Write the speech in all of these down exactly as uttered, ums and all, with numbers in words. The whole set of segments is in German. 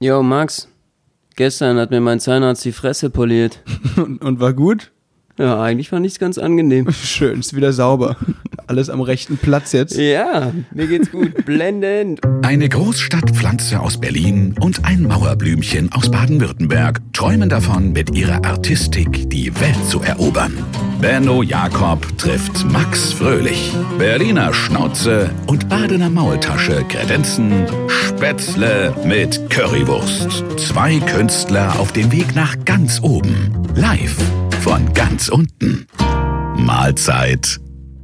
Jo, Max, gestern hat mir mein Zahnarzt die Fresse poliert. und, und war gut? Ja, eigentlich fand ich es ganz angenehm. Schön, ist wieder sauber. Alles am rechten Platz jetzt. Ja, mir geht's gut. Blendend. Eine Großstadtpflanze aus Berlin und ein Mauerblümchen aus Baden-Württemberg träumen davon, mit ihrer Artistik die Welt zu erobern. Benno Jakob trifft Max Fröhlich. Berliner Schnauze und Badener Maultasche kredenzen Spätzle mit Currywurst. Zwei Künstler auf dem Weg nach ganz oben. Live von ganz unten. Mahlzeit.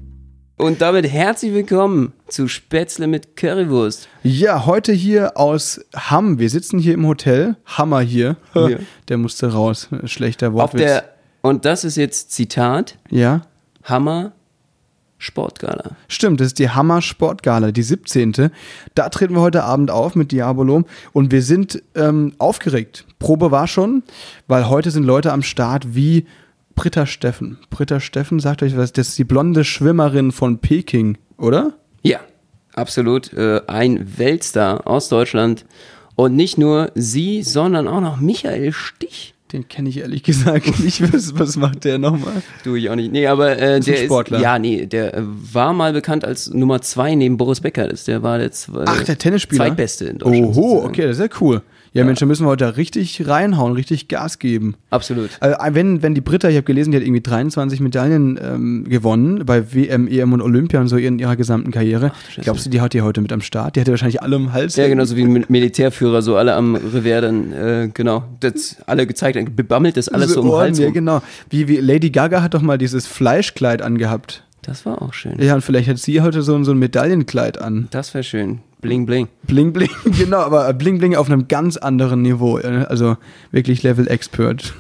Und damit herzlich willkommen zu Spätzle mit Currywurst. Ja, heute hier aus Hamm. Wir sitzen hier im Hotel. Hammer hier. Ja. Der musste raus. Schlechter Wortwitz. Auf der, und das ist jetzt Zitat. Ja. Hammer Sportgala. Stimmt, das ist die Hammer Sportgala, die siebzehnte. Da treten wir heute Abend auf mit Diabolo und wir sind ähm, aufgeregt. Probe war schon, weil heute sind Leute am Start wie Britta Steffen. Britta Steffen, sagt euch was, das ist die blonde Schwimmerin von Peking, oder? Ja, absolut. Äh, ein Weltstar aus Deutschland. Und nicht nur sie, sondern auch noch Michael Stich. Den kenne ich ehrlich gesagt nicht. Was, was macht der nochmal? Du, ich auch nicht. Nee, aber äh, der ist ein Sportler. Ist, ja, nee, der äh, war mal bekannt als Nummer zwei neben Boris Becker. Das, der war der zwei, Ach, der Tennisspieler? Zweitbeste in Deutschland. Oho, sozusagen. Okay, das ist ja cool. Ja, ja, Mensch, da müssen wir heute da richtig reinhauen, richtig Gas geben. Absolut. Also, wenn, wenn die Britta, ich habe gelesen, die hat irgendwie dreiundzwanzig Medaillen ähm, gewonnen bei W M, E M und Olympia und so in ihrer gesamten Karriere. Ach, glaubst du, die hat die heute mit am Start? Die hat ja wahrscheinlich alle im Hals. Ja, genau, so wie ein Militärführer, so alle am Revers dann, äh, genau, das alle gezeigt, bebammelt das alles so, so um den Hals rum. Ja, genau. Wie, wie Lady Gaga hat doch mal dieses Fleischkleid angehabt. Das war auch schön. Ja, und vielleicht hat sie heute so, so ein Medaillenkleid an. Das wäre schön. Bling, bling. Bling, bling, genau, aber Bling, bling auf einem ganz anderen Niveau. Also wirklich Level Expert.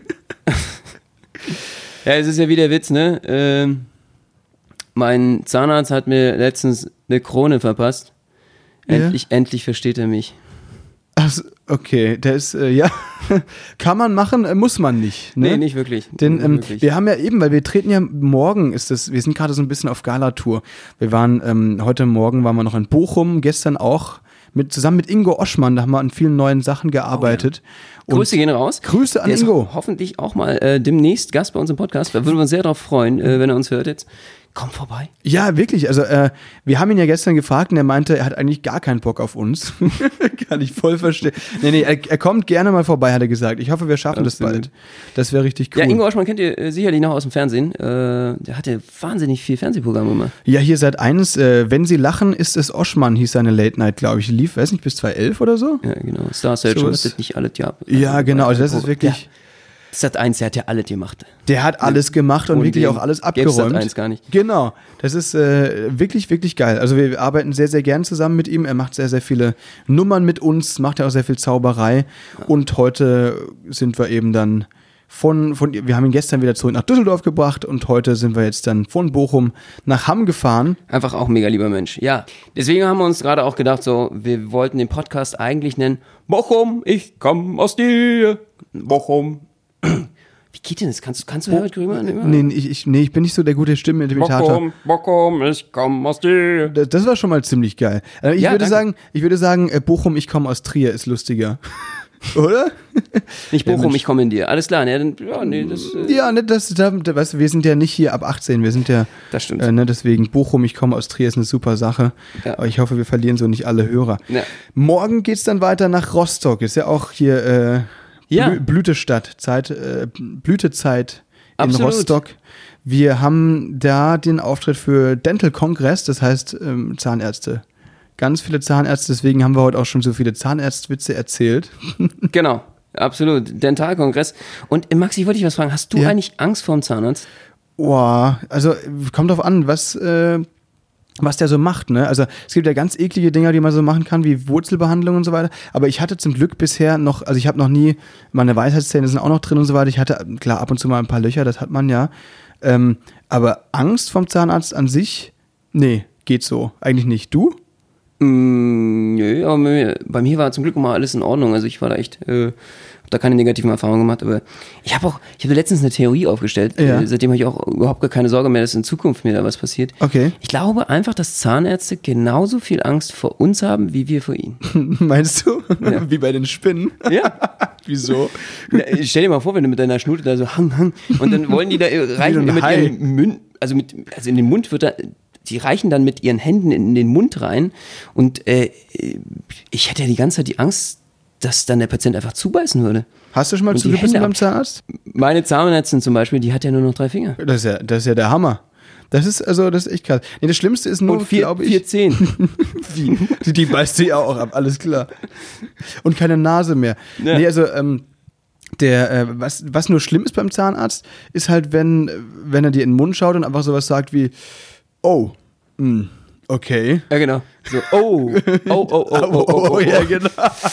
Ja, es ist ja wie der Witz, ne? Ähm, mein Zahnarzt hat mir letztens eine Krone verpasst. Endlich, ja. endlich versteht er mich. Ach, okay, der ist, äh, ja, kann man machen, äh, muss man nicht. Ne? Nee, nicht wirklich. Denn nicht ähm, wirklich. wir haben ja eben, weil wir treten ja morgen, ist das, wir sind gerade so ein bisschen auf Galatour. Wir waren, ähm, heute Morgen waren wir noch in Bochum, gestern auch, mit, zusammen mit Ingo Oschmann, da haben wir an vielen neuen Sachen gearbeitet. Oh, ja. Grüße gehen raus. Grüße an Der Ingo. Ist hoffentlich auch mal äh, demnächst Gast bei uns im Podcast. Da würden wir uns sehr darauf freuen, äh, wenn er uns hört jetzt. Komm vorbei. Ja, wirklich. Also äh, wir haben ihn ja gestern gefragt und er meinte, er hat eigentlich gar keinen Bock auf uns. Kann ich voll verstehen. Nee, nee, er, er kommt gerne mal vorbei, hat er gesagt. Ich hoffe, wir schaffen das, das bald. Das wäre richtig cool. Ja, Ingo Oschmann kennt ihr äh, sicherlich noch aus dem Fernsehen. Äh, der hatte wahnsinnig viel Fernsehprogramme immer. Ja, hier seit eins, äh, wenn Sie lachen, ist es Oschmann, hieß seine Late Night, glaube ich. Lief, weiß nicht, bis zweitauself oder so? Ja, genau. Star Search, so das nicht alle Job. Ja, genau. Also das ist wirklich... Ja. Sat eins, der hat ja alles gemacht. Der hat alles gemacht und, und wirklich auch alles abgeräumt. Sat eins gar nicht. Genau. Das ist äh, wirklich, wirklich geil. Also wir arbeiten sehr, sehr gern zusammen mit ihm. Er macht sehr, sehr viele Nummern mit uns, macht ja auch sehr viel Zauberei. Ja. Und heute sind wir eben dann von, von, wir haben ihn gestern wieder zurück nach Düsseldorf gebracht und heute sind wir jetzt dann von Bochum nach Hamm gefahren. Einfach auch ein mega lieber Mensch. Ja, deswegen haben wir uns gerade auch gedacht, so, wir wollten den Podcast eigentlich nennen Bochum, ich komm aus dir. Bochum. Wie geht denn das? Kannst, kannst du Herbert Grönemeyer nehmen? Nee, ich, ich, nee, ich bin nicht so der gute Stimmimitator. Bochum, Bochum, ich komm aus dir. Das, das war schon mal ziemlich geil. Ich, ja, würde, danke. sagen, ich würde sagen, Bochum, ich komme aus Trier ist lustiger. Oder? Nicht Bochum, ja, ich komme in dir. Alles klar, ne? Ja, nee, das, äh ja ne, das, da, da, weißt du, wir sind ja nicht hier ab achtzehn, wir sind ja, das stimmt. Äh, ne, deswegen Bochum, ich komme aus Trier ist eine super Sache. Ja. Aber ich hoffe, wir verlieren so nicht alle Hörer. Ja. Morgen geht's dann weiter nach Rostock, ist ja auch hier äh, ja. Blü- Blütestadt, Zeit, äh, Blütezeit in Absolut. Rostock. Wir haben da den Auftritt für Dental Congress, das heißt ähm, Zahnärzte. Ganz viele Zahnärzte, deswegen haben wir heute auch schon so viele Zahnarztwitze erzählt. Genau, absolut. Dentalkongress. Und Maxi, wollte ich was fragen, hast du ja. eigentlich Angst vor dem Zahnarzt? Boah, also kommt drauf an, was, äh, was der so macht, ne? Also es gibt ja ganz eklige Dinger, die man so machen kann, wie Wurzelbehandlung und so weiter. Aber ich hatte zum Glück bisher noch, also ich habe noch nie, meine Weisheitszähne sind auch noch drin und so weiter. Ich hatte, klar, ab und zu mal ein paar Löcher, das hat man ja. Ähm, aber Angst vom Zahnarzt an sich, nee, geht so. Eigentlich nicht. Du? Mm, nö, aber bei mir, bei mir war zum Glück immer alles in Ordnung. Also ich war da echt, äh, hab da keine negativen Erfahrungen gemacht. Aber ich habe auch, ich habe letztens eine Theorie aufgestellt. Ja. Äh, seitdem habe ich auch überhaupt gar keine Sorge mehr, dass in Zukunft mir da was passiert. Okay. Ich glaube einfach, dass Zahnärzte genauso viel Angst vor uns haben, wie wir vor ihnen. Meinst du? Ja. Wie bei den Spinnen? Ja. Wieso? Na, stell dir mal vor, wenn du mit deiner Schnute da so hang, hang und dann wollen die da äh, reichen ein mit Hai. ihren Mund, also mit, also in den Mund wird da, die reichen dann mit ihren Händen in den Mund rein und äh, ich hätte ja die ganze Zeit die Angst, dass dann der Patient einfach zubeißen würde. Hast du schon mal Und die zugebissen Hände beim ab- Zahnarzt? Meine Zahnärztin zum Beispiel, die hat ja nur noch drei Finger. Das ist ja, das ist ja der Hammer. Das ist, also, das ist echt krass. Nee, das Schlimmste ist nur, Und vier, glaube ich, vier Zehen. Wie? Die, die beißt du ja auch ab, alles klar. Und keine Nase mehr. Ja. Nee, also, ähm, der, äh, was, was nur schlimm ist beim Zahnarzt, ist halt, wenn, wenn er dir in den Mund schaut und einfach sowas sagt wie, oh, mh, okay. Ja, genau. So, oh, oh, oh, oh, oh, oh, oh, oh. ja, genau.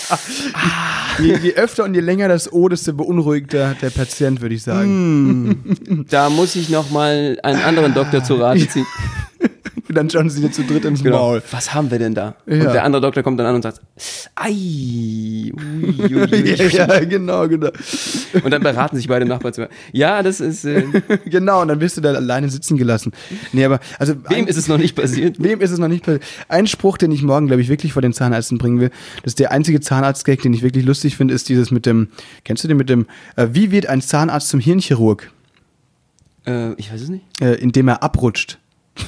je, je öfter und je länger das O, desto beunruhigter der Patient, würde ich sagen. Da muss ich noch-mal einen anderen Doktor zu Rate ziehen. Dann schauen sie dir zu dritt ins Maul. Was haben wir denn da? Ja. Und der andere Doktor kommt dann an und sagt, ei, ui, ui, ui. ja, genau, genau. Und dann beraten sich beide im Nachbarzimmer. Ja, das ist, äh, Genau, und dann wirst du da alleine sitzen gelassen. Nee, aber, also. wem ein, ist es noch nicht passiert? Wem ist es noch nicht passiert? Ein Spruch, den ich morgen, glaube ich, wirklich vor den Zahnärzten bringen will, das ist der einzige Zahnarzt-Gag, den ich wirklich lustig finde, ist dieses mit dem, kennst du den mit dem, äh, wie wird ein Zahnarzt zum Hirnchirurg? Äh, ich weiß es nicht. Äh, indem er abrutscht.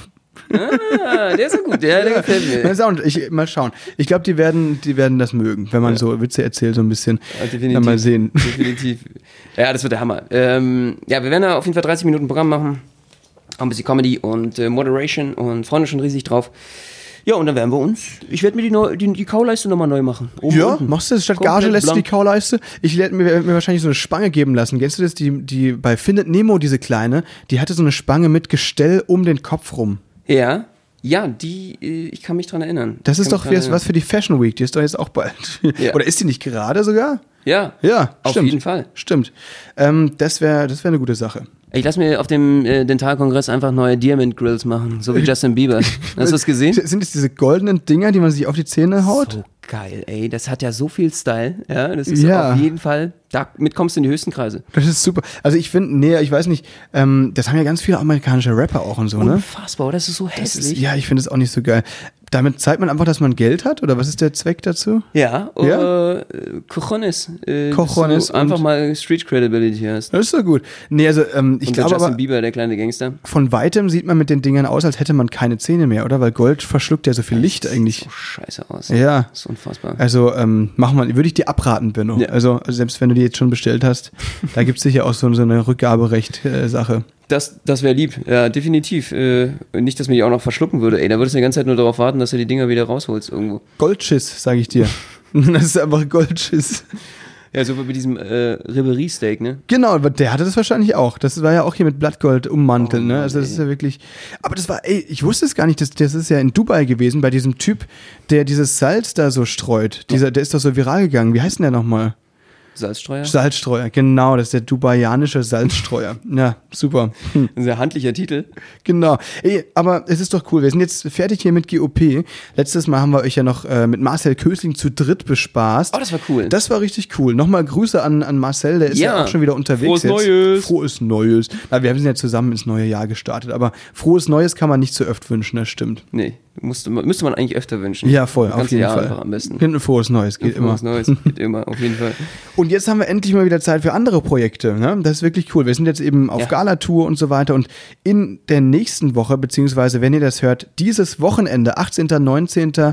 Ah, der ist so gut, der, der gefällt mir. Mal schauen, ich, mal schauen. Ich glaube, die werden, die werden das mögen, wenn man Ja. so Witze erzählt, so ein bisschen. Ja, definitiv. Dann mal sehen. Definitiv. Ja, das wird der Hammer. Ähm, ja, wir werden da auf jeden Fall dreißig Minuten Programm machen. Auch ein bisschen Comedy und äh, Moderation und freuen uns schon riesig drauf. Ja, und dann werden wir uns, ich werde mir die, neu, die, die Kauleiste nochmal neu machen. Oben Ja, unten. machst du das? Statt Komplett Gage lässt du die blank. Kauleiste. Ich werde mir, werd mir wahrscheinlich so eine Spange geben lassen. Kennst du das? Die, die bei Findet Nemo, diese kleine, die hatte so eine Spange mit Gestell um den Kopf rum. Ja, ja, die, äh, ich kann mich dran erinnern. Das Ich ist kann doch mich dran was, was für die Fashion Week. Die ist doch jetzt auch bald. Ja. Oder ist die nicht gerade sogar? erinnern. Ja, Ja, auf stimmt. jeden Fall. Stimmt. Ähm, das wäre das wär eine gute Sache. Ich lasse mir auf dem äh, Dentalkongress einfach neue Diamond Grills machen, so wie Justin Bieber. Hast du das gesehen? Sind es diese goldenen Dinger, die man sich auf die Zähne haut? So geil, ey. Das hat ja so viel Style. Ja, das ist Ja. auf jeden Fall, damit kommst du in die höchsten Kreise. Das ist super. Also ich finde, nee, ich weiß nicht, ähm, das haben ja ganz viele amerikanische Rapper auch und so, ne? Unfassbar, das ist so Das ist, hässlich. ja, ich finde es auch nicht so geil. Damit zeigt man einfach, dass man Geld hat? Oder was ist der Zweck dazu? Ja, Ja? äh, Cojones. Äh, Cojones dass du einfach und- mal Street Credibility hast. Das ist so gut. Nee, also ähm, ich Und der glaube Justin aber, Bieber, der kleine Gangster. von weitem sieht man mit den Dingern aus, als hätte man keine Zähne mehr, oder? Weil Gold verschluckt ja so viel Licht eigentlich. So scheiße aus. Ja. Das ist unfassbar. Also ähm, mach mal, würde ich dir abraten, Benno. Ja. Also, also selbst wenn du die jetzt schon bestellt hast, da gibt es sicher auch so, so eine Rückgaberecht-Sache. Das, das wäre lieb, ja, definitiv. Äh, nicht, dass mir die auch noch verschlucken würde. Ey, da würdest du die ganze Zeit nur darauf warten, dass du die Dinger wieder rausholst irgendwo. Goldschiss, sage ich dir. Das ist einfach Goldschiss. Ja, so wie bei diesem äh, Ribery-Steak, ne? Genau, aber der hatte das wahrscheinlich auch. Das war ja auch hier mit Blattgold ummanteln, Oh ne? Mann, Also das ey. ist ja wirklich. Aber das war, ey, ich wusste es gar nicht, das, das ist ja in Dubai gewesen, bei diesem Typ, der dieses Salz da so streut. Dieser, der ist doch so viral gegangen. Wie heißt denn der nochmal? Salzstreuer? Salzstreuer, genau, das ist der dubaianische Salzstreuer. Ja, super. Hm. Ein sehr handlicher Titel. Genau. Ey, aber es ist doch cool. Wir sind jetzt fertig hier mit G O P. Letztes Mal haben wir euch ja noch äh, mit Marcel Kösling zu dritt bespaßt. Oh, das war cool. Das war richtig cool. Nochmal Grüße an, an Marcel, der ist ja, Ja. auch schon wieder unterwegs. Frohes jetzt. Neues. Frohes Neues. Na, wir sind ja zusammen ins neue Jahr gestartet, aber frohes Neues kann man nicht so oft wünschen, das stimmt. Nee, musste, müsste man eigentlich öfter wünschen. Ja, voll, Das auf ganze jeden Jahr Fall. einfach am besten. Ein frohes Neues geht immer. Frohes Neues geht immer, auf jeden Fall. Und jetzt haben wir endlich mal wieder Zeit für andere Projekte. Ne? Das ist wirklich cool. Wir sind jetzt eben auf Ja. Galatour und so weiter. Und in der nächsten Woche, beziehungsweise wenn ihr das hört, dieses Wochenende, achtzehnten, neunzehnten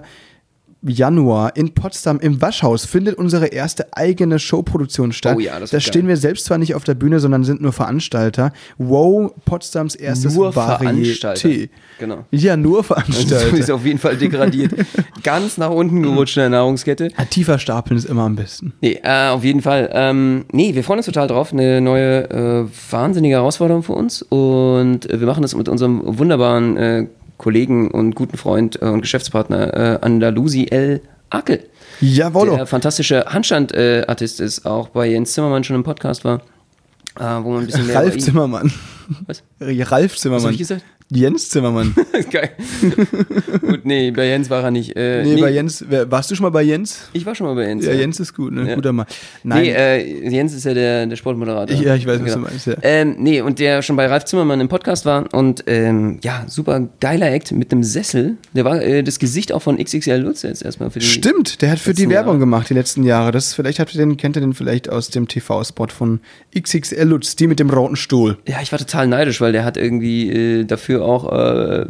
Januar in Potsdam im Waschhaus findet unsere erste eigene Showproduktion statt. Oh ja, das da wird stehen geil. wir selbst zwar nicht auf der Bühne, sondern sind nur Veranstalter. Wow, Potsdams erstes Nur Veranstalter. Varieté. Genau. Ja, nur Das Veranstalter. ist auf jeden Fall degradiert. Ganz nach unten gerutscht in der Nahrungskette. Ja, tiefer stapeln ist immer am besten. Nee, äh, auf jeden Fall. Ähm, nee, wir freuen uns total drauf. Eine neue, äh, wahnsinnige Herausforderung für uns. Und äh, wir machen das mit unserem wunderbaren äh, Kollegen und guten Freund äh, und Geschäftspartner äh, Andalusi El Akel. Jawollo. Der fantastische Handstand-Artist ist, auch bei Jens Zimmermann schon im Podcast war. Äh, wo man ein bisschen mehr über Ralf ihn- Zimmermann. Was? Ralf Was Zimmermann. hab ich gesagt? Jens Zimmermann. Geil. Gut, nee, bei Jens war er nicht. Äh, nee, nee, bei Jens, warst du schon mal bei Jens? Ich war schon mal bei Jens. Ja, ja. Jens ist gut, ne? Ja. Guter Mann. Nein. Nee, äh, Jens ist ja der, der Sportmoderator. Ja, ich weiß, was genau. du meinst, ja. Ähm, nee, und der schon bei Ralf Zimmermann im Podcast war und ähm, ja, super geiler Act mit einem Sessel. Der war äh, das Gesicht auch von X X L Lutz jetzt erstmal für die. Stimmt, der hat für die Werbung Jahre. gemacht die letzten Jahre. Das vielleicht habt ihr den, kennt ihr den vielleicht aus dem T V-Spot von X X L Lutz, die mit dem roten Stuhl. Ja, ich war total neidisch, weil der hat irgendwie äh, dafür auch äh,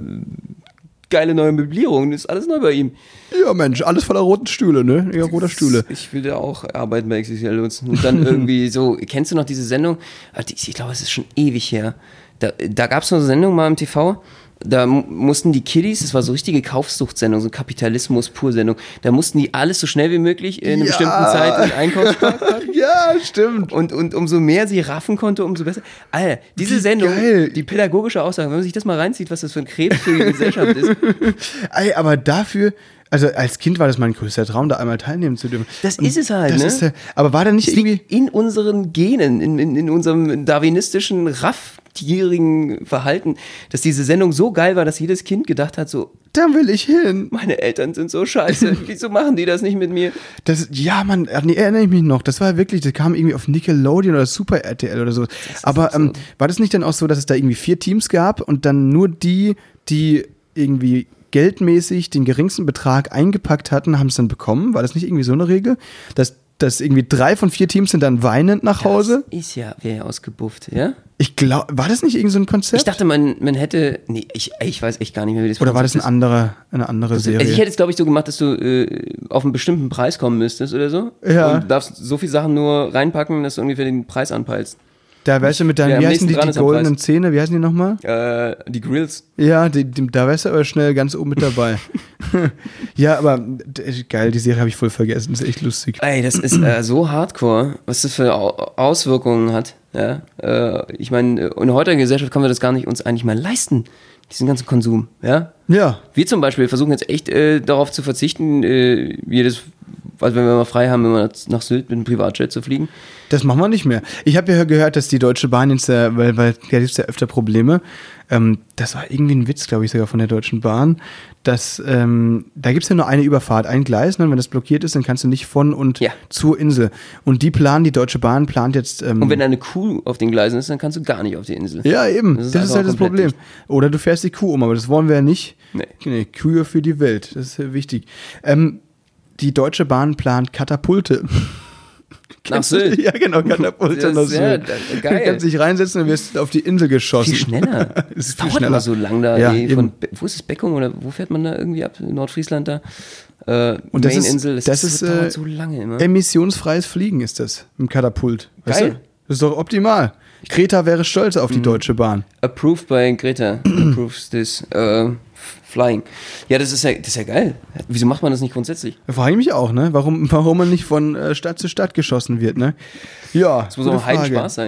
geile neue Möblierungen. Das ist alles neu bei ihm. Ja, Mensch, alles voller roten Stühle, ne? Ja, roter Stühle. Ich will da auch arbeiten bei X X L Lutz. Und dann irgendwie so, kennst du noch diese Sendung? Ich glaube, es ist schon ewig her. Da, da gab es so eine Sendung mal im T V. Da mussten die Kiddies, das war so richtige Kaufsuchtsendung, so Kapitalismus-Pur-Sendung, da mussten die alles so schnell wie möglich in einer Ja. bestimmten Zeit in den Einkaufspark packen. Ja, stimmt. Und, und umso mehr sie raffen konnte, umso besser. Alter, diese Wie Sendung, geil. die pädagogische Aussage, wenn man sich das mal reinzieht, was das für ein Krebs für die Gesellschaft ist. Ey, aber dafür, also als Kind war das mein größter Traum, da einmal teilnehmen zu dürfen. Das Und ist es halt, das ne? Ist, ja- aber war da nicht Das irgendwie... liegt in unseren Genen, in, in, in unserem darwinistischen, raffgierigen Verhalten, dass diese Sendung so geil war, dass jedes Kind gedacht hat, so, Da will ich hin. meine Eltern sind so scheiße, wieso machen die das nicht mit mir? Das, ja, man, nee, erinnere ich mich noch. Das war wirklich, das kam irgendwie auf Nickelodeon oder Super R T L oder so. Aber auch so. ähm, war das nicht dann auch so, dass es da irgendwie vier Teams gab und dann nur die, die irgendwie geldmäßig den geringsten Betrag eingepackt hatten, haben es dann bekommen? War das nicht irgendwie so eine Regel? Dass, dass irgendwie drei von vier Teams sind dann weinend nach Hause? Das ist ja, wäre ja ausgebufft, ja? Ich glaube, war das nicht irgend so ein Konzept? Ich dachte, man, man hätte, nee, ich, ich weiß echt gar nicht mehr, wie das oder war das ein Konzept anderer, eine andere ist. Serie? Also ich hätte es, glaube ich, so gemacht, dass du äh, auf einen bestimmten Preis kommen müsstest oder so. Ja. Und du darfst so viele Sachen nur reinpacken, dass du ungefähr den Preis anpeilst. da wärst du mit deinen, Wer am wie heißen nächsten die, dran die ist am goldenen Preis. Zähne, wie heißen die nochmal? Äh, die Grills. Ja, die, die, da wärst du aber schnell ganz oben mit dabei. Ja, aber d- geil, die Serie habe ich voll vergessen, das ist echt lustig. Ey, das ist äh, so hardcore, was das für Au Auswirkungen hat. Ja? Äh, ich meine, in heutiger Gesellschaft können wir das gar nicht uns eigentlich mal leisten, diesen ganzen Konsum. Ja? Ja, Wir zum Beispiel versuchen jetzt echt äh, darauf zu verzichten, äh, jedes, also wenn wir mal frei haben, wenn wir nach Sylt mit einem Privatjet zu fliegen. das machen wir nicht mehr. Ich habe ja gehört, dass die Deutsche Bahn jetzt, äh, weil, weil da gibt es ja öfter Probleme, ähm, das war irgendwie ein Witz, glaube ich, sogar von der Deutschen Bahn, dass ähm, da gibt es ja nur eine Überfahrt, ein Gleis, ne? Wenn das blockiert ist, dann kannst du nicht von und Ja. zur Insel. Und die planen, die Deutsche Bahn plant jetzt... Ähm, Und wenn da eine Kuh auf den Gleisen ist, dann kannst du gar nicht auf die Insel. ja, eben, Das das ist ist, einfach halt das komplett Problem. dicht. Oder du fährst die Kuh um, aber das wollen wir ja nicht. Nee. Nee, Kühe für die Welt, das ist ja wichtig. Ähm, die Deutsche Bahn plant Katapulte. Nach Sylt. Ja, genau, Katapulte Das nach ist ja Sylt. da- Du geil. kannst dich reinsetzen und wirst auf die Insel geschossen. Viel schneller. Das Es ist viel dauert schneller. immer so lang da. Ja, eh, eben. von, Be- wo ist es, Beckum oder wo fährt man da irgendwie ab? Nordfriesland da? Äh, Und das ist- Maininsel, das ist, dauert äh, so lange immer. Emissionsfreies Fliegen ist das, im Katapult. Weißt Geil. du? Das ist doch optimal. Greta wäre stolz auf die Deutsche Bahn. Approved by Greta. Approves this äh, flying. Ja, das ist ja, das ist ja geil. Wieso macht man das nicht grundsätzlich? Da frage ich mich auch, ne? Warum, warum man nicht von äh, Stadt zu Stadt geschossen wird, ne? Ja, Das muss auch ein Heidenspaß sein.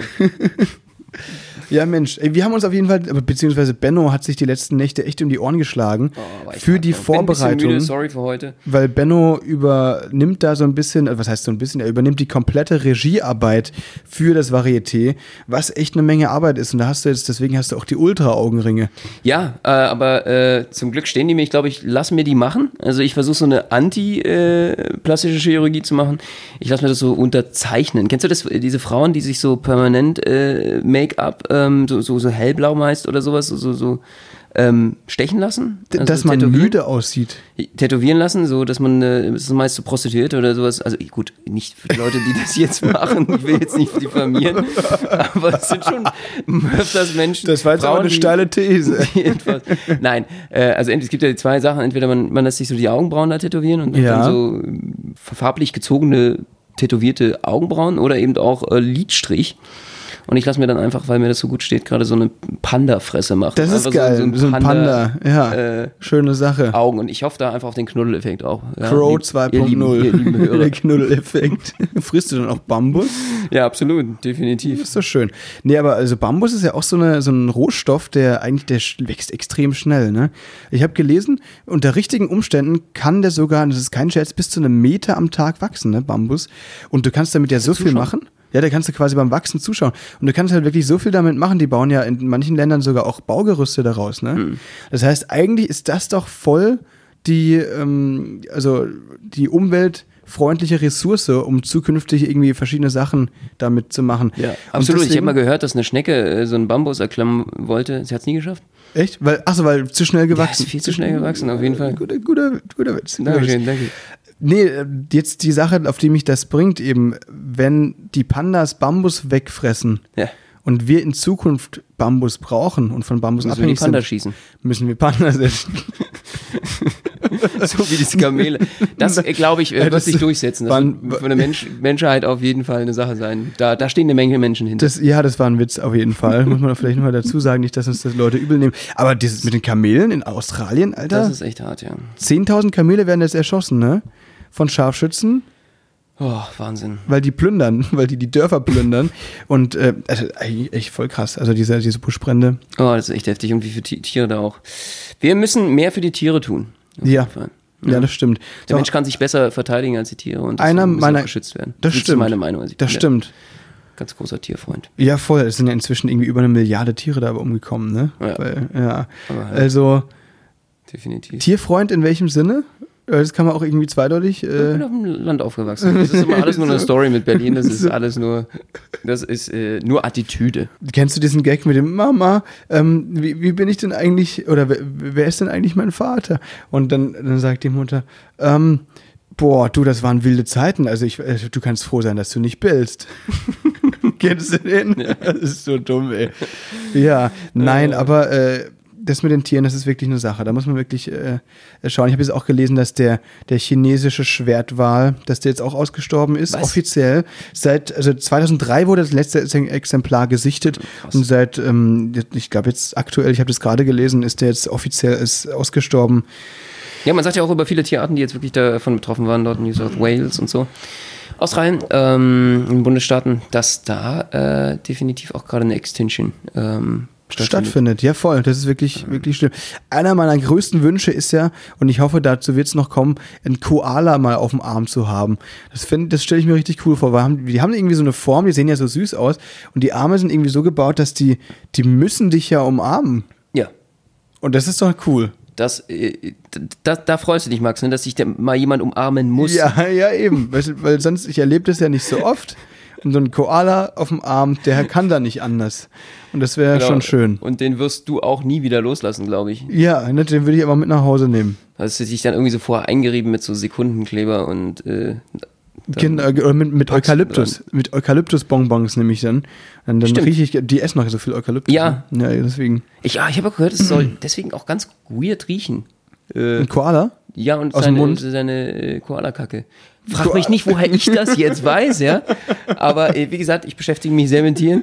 Ja, Mensch, ey, wir haben uns auf jeden Fall, beziehungsweise Benno hat sich die letzten Nächte echt um die Ohren geschlagen Oh, war ich für die hart. Bin ein bisschen Vorbereitung. müde, sorry für heute. Weil Benno übernimmt da so ein bisschen, also was heißt so ein bisschen, er übernimmt die komplette Regiearbeit für das Varieté, was echt eine Menge Arbeit ist. Und da hast du jetzt, deswegen hast du auch die Ultra-Augenringe. Ja, äh, aber äh, zum Glück stehen die mir. Ich glaube, ich lasse mir die machen. Also ich versuche so eine anti-plastische Chirurgie zu machen. Ich lasse mir das so unterzeichnen. Kennst du das, diese Frauen, die sich so permanent äh, Make-up, ähm, so, so, so hellblau meist oder sowas, so, so, so ähm, stechen lassen? D- Also dass man tätowieren? müde aussieht. Tätowieren lassen, so dass man, äh, das ist meist so Prostituierte oder sowas. Also gut, nicht für die Leute, die das jetzt machen. Ich will jetzt nicht diffamieren. Aber es sind schon öfters Menschen. Das war jetzt Frauen, aber eine die- steile These. die etwas, nein, äh, also ent- es gibt ja zwei Sachen. Entweder man, man lässt sich so die Augenbrauen da tätowieren und hat Ja. dann so ähm, farblich gezogene, tätowierte Augenbrauen oder eben auch äh, Lidstrich. Und ich lasse mir dann einfach, weil mir das so gut steht, gerade so eine Panda-Fresse machen. Das ist Einfach geil. So ein Panda, ja. äh, Schöne Sache. Augen. Und ich hoffe da einfach auf den Knuddeleffekt auch. Ja, Crow lieb- zwei ihr Punkt lieben- null. ihr lieben Hörer. Der Knuddeleffekt. Frisst du dann auch Bambus? Ja, absolut, definitiv. Ist doch schön. Nee, aber also Bambus ist ja auch so, eine, so ein Rohstoff, der eigentlich, der sch- wächst extrem schnell, ne? Ich habe gelesen, unter richtigen Umständen kann der sogar, das ist kein Scherz, bis zu einem Meter am Tag wachsen, ne, Bambus. Und du kannst damit ja so viel zuschauen? machen. Ja, da kannst du quasi beim Wachsen zuschauen. Und du kannst halt wirklich so viel damit machen. Die bauen ja in manchen Ländern sogar auch Baugerüste daraus. Ne? Mhm. Das heißt, eigentlich ist das doch voll die, ähm, also die umweltfreundliche Ressource, um zukünftig irgendwie verschiedene Sachen damit zu machen. Ja, absolut. Deswegen, ich habe mal gehört, dass eine Schnecke äh, so einen Bambus erklimmen wollte. Sie hat es nie geschafft. Echt? Weil, achso, weil zu schnell gewachsen. Ja, ist viel zu schnell gewachsen, auf jeden Fall. Guter, guter, guter Witz. Dankeschön, danke. Nee, jetzt die Sache, auf die mich das bringt, eben, wenn die Pandas Bambus wegfressen ja. und wir in Zukunft Bambus brauchen und von Bambus müssen abhängig wir die Panda sind, schießen. müssen wir Pandas essen. So wie diese Kamele. Das, glaube ich, wird sich durchsetzen. Das wann, wird für eine Mensch, Menschheit auf jeden Fall eine Sache sein. Da, da stehen eine Menge Menschen hinter. Das, ja, das war ein Witz auf jeden Fall. Muss man vielleicht nochmal dazu sagen, nicht, dass uns das Leute übel nehmen. Aber dieses mit den Kamelen in Australien, Alter. Das ist echt hart, ja. zehntausend Kamele werden jetzt erschossen, ne? Von Scharfschützen. Oh, Wahnsinn. Weil die plündern, weil die die Dörfer plündern. Und äh, also eigentlich echt voll krass. Also diese, diese Buschbrände. Oh, das ist echt heftig. Und wie viele Tiere da auch. Wir müssen mehr für die Tiere tun. Ja. Ja. ja, das stimmt. Der so, Mensch kann sich besser verteidigen als die Tiere und einer meiner, geschützt werden. Das, das stimmt. meine Meinung. Also das stimmt. Ganz großer Tierfreund. Ja, voll. Es sind ja inzwischen irgendwie über eine Milliarde Tiere da umgekommen, ne? Ja. Weil, ja. Halt also definitiv. Tierfreund in welchem Sinne? Das kann man auch irgendwie zweideutig. Ich bin auf dem Land aufgewachsen. Das ist immer alles nur eine Story mit Berlin. Das ist alles nur, das ist äh, nur Attitüde. Kennst du diesen Gag mit dem Mama? Ähm, wie, wie bin ich denn eigentlich, oder wer, wer ist denn eigentlich mein Vater? Und dann, dann sagt die Mutter, ähm, boah, du, das waren wilde Zeiten. Also ich, du kannst froh sein, dass du nicht billst. Kennst du den? Ja. Das ist so dumm, ey. Ja, nein, ja. aber äh, das mit den Tieren, das ist wirklich eine Sache. Da muss man wirklich äh, schauen. Ich habe jetzt auch gelesen, dass der, der chinesische Schwertwal, dass der jetzt auch ausgestorben ist, Was? offiziell. Seit, also zweitausenddrei wurde das letzte Exemplar gesichtet. Krass. Und seit, ähm, ich glaube jetzt aktuell, ich habe das gerade gelesen, ist der jetzt offiziell ist ausgestorben. Ja, man sagt ja auch über viele Tierarten, die jetzt wirklich davon betroffen waren, dort in New South Wales und so. Australien, ähm, in den Bundesstaaten, dass da äh, definitiv auch gerade eine Extinction ähm, Stattfindet. stattfindet. Ja, voll. Das ist wirklich, ja. wirklich schlimm. Einer meiner größten Wünsche ist ja, und ich hoffe, dazu wird es noch kommen, einen Koala mal auf dem Arm zu haben. Das, find, das stelle ich mir richtig cool vor, weil haben, die haben irgendwie so eine Form, die sehen ja so süß aus und die Arme sind irgendwie so gebaut, dass die, die müssen dich ja umarmen. Ja. Und das ist doch cool. Das, äh, da, da freust du dich, Max, ne, dass sich mal jemand umarmen muss. Ja, ja, eben. Weil, weil sonst, ich erlebe das ja nicht so oft. Und so ein Koala auf dem Arm, der kann da nicht anders. Und das wäre genau. schon schön. Und den wirst du auch nie wieder loslassen, glaube ich. Ja, ne, den würde ich aber mit nach Hause nehmen. Hast du dich dann irgendwie so vorher eingerieben mit so Sekundenkleber und äh, Genau, mit, mit Eukalyptus. Dran. Mit Eukalyptus-Bonbons nehme ich dann. Und dann rieche ich, die essen noch so viel Eukalyptus. Ja. Ne? Ja, deswegen. Ich, ja, ich habe auch gehört, es soll deswegen auch ganz weird riechen. Äh, ein Koala? Ja, und aus seine, dem Mund? seine äh, Koala-Kacke. Frag mich nicht, woher ich das jetzt weiß, ja. Aber äh, wie gesagt, ich beschäftige mich sehr mit Tieren.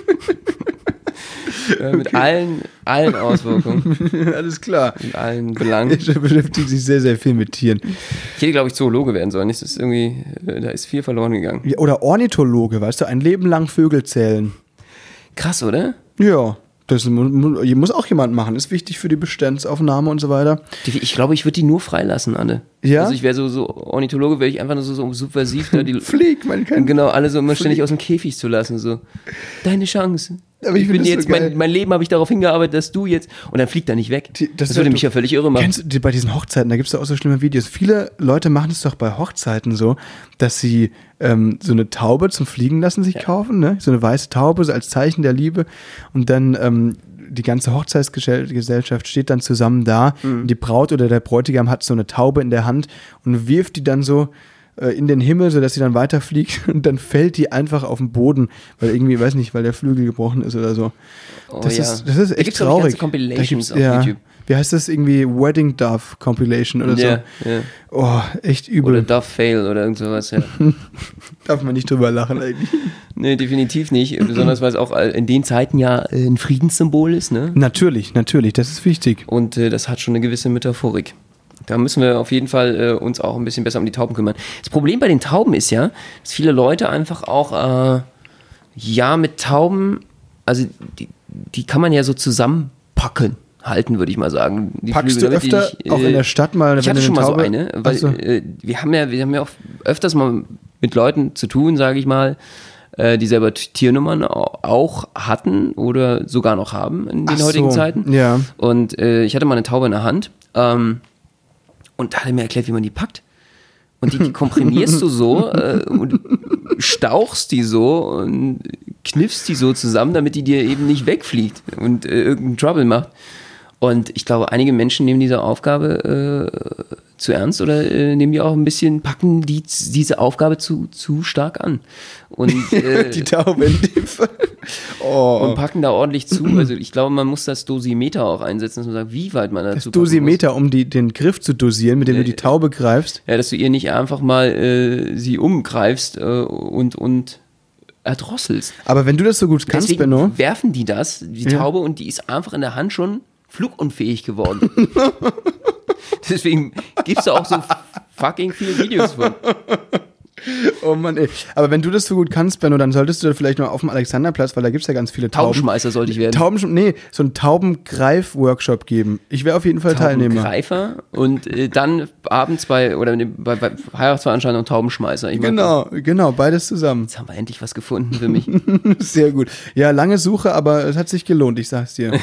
äh, okay. Mit allen, allen Auswirkungen. Alles klar. Mit allen Belangen. Ich beschäftige sich sehr, sehr viel mit Tieren. Ich hätte, glaube ich, Zoologe werden sollen. Das ist irgendwie, äh, da ist viel verloren gegangen. Ja, oder Ornithologe, weißt du, ein Leben lang Vögel zählen. Krass, oder? Ja. Das muss auch jemand machen. Ist wichtig für die Bestandsaufnahme und so weiter. Ich glaube, ich würde die nur freilassen, Anne. Ja? Also ich wäre so, so Ornithologe, wäre ich einfach nur so, so subversiv. Da die Flieg, man kann. Genau, alle so immer ständig aus dem Käfig zu lassen. So, deine Chance. Aber ich, ich bin das jetzt, so mein, mein Leben habe ich darauf hingearbeitet, dass du jetzt, und dann fliegt er nicht weg. Die, das, das würde mich ja völlig irre machen. Kennst du bei diesen Hochzeiten, da gibt es ja auch so schlimme Videos. Viele Leute machen es doch bei Hochzeiten so, dass sie ähm, so eine Taube zum Fliegen lassen sich ja. kaufen, ne? So eine weiße Taube, so als Zeichen der Liebe. Und dann ähm, die ganze Hochzeitsgesellschaft steht dann zusammen da. Mhm. Und die Braut oder der Bräutigam hat so eine Taube in der Hand und wirft die dann so in den Himmel, sodass sie dann weiterfliegt und dann fällt die einfach auf den Boden, weil irgendwie, weiß nicht, weil der Flügel gebrochen ist oder so. Oh, das, ja. ist, das ist echt da gibt's traurig. Compilations da ja, auf YouTube. Wie heißt das irgendwie? Wedding Dove Compilation oder ja, so. Ja. Oh, echt übel. Oder Dove Fail oder irgend sowas, ja. Darf man nicht drüber lachen eigentlich. Nee, definitiv nicht. Besonders, weil es auch in den Zeiten ja ein Friedenssymbol ist, ne? Natürlich, natürlich, das ist wichtig. Und äh, das hat schon eine gewisse Metaphorik. Da müssen wir auf jeden Fall äh, uns auch ein bisschen besser um die Tauben kümmern. Das Problem bei den Tauben ist ja, dass viele Leute einfach auch, äh, ja, mit Tauben, also die, die kann man ja so zusammenpacken, halten, würde ich mal sagen. Die Packst Flügel, du öfter ich, äh, auch in der Stadt mal? Ich hatte schon mal so Taube? eine, weil so. äh, wir haben ja, wir haben ja auch öfters mal mit Leuten zu tun, sage ich mal, äh, die selber Tiernummern auch hatten oder sogar noch haben in den Ach heutigen so, Zeiten. ja. Und äh, ich hatte mal eine Taube in der Hand ähm, und da hat er mir erklärt, wie man die packt. Und die, die komprimierst du so äh, und stauchst die so und kniffst die so zusammen, damit die dir eben nicht wegfliegt und äh, irgendeinen Trouble macht. Und ich glaube, einige Menschen nehmen diese Aufgabe äh, zu ernst oder äh, nehmen die auch ein bisschen, packen die, diese Aufgabe zu, zu stark an. Und, äh, Die Taube in dem Fall. Oh. und packen da ordentlich zu. Also ich glaube, man muss das Dosimeter auch einsetzen, dass man sagt, wie weit man dazu Das packen Dosimeter, um die, den Griff zu dosieren, mit dem du die Taube greifst. muss. Ja, dass du ihr nicht einfach mal äh, sie umgreifst äh, und, und erdrosselst. Aber wenn du das so gut kannst, Deswegen Benno. werfen die das, die Ja. Taube, und die ist einfach in der Hand schon flugunfähig geworden. Deswegen gibt's da auch so fucking viele Videos von. Oh Mann, ey. Aber wenn du das so gut kannst, Benno, dann solltest du da vielleicht noch auf dem Alexanderplatz, weil da gibt es ja ganz viele Tauben. Taubenschmeißer sollte ich werden. Tauben, nee, so einen Taubengreif-Workshop geben. Ich wäre auf jeden Fall Teilnehmer. Taubengreifer und äh, dann abends bei, oder ne, bei, bei Heiratsveranstaltungen Taubenschmeißer. Ich mein, Genau, genau, beides zusammen. Jetzt haben wir endlich was gefunden für mich. Sehr gut. Ja, lange Suche, aber es hat sich gelohnt, ich sag's dir.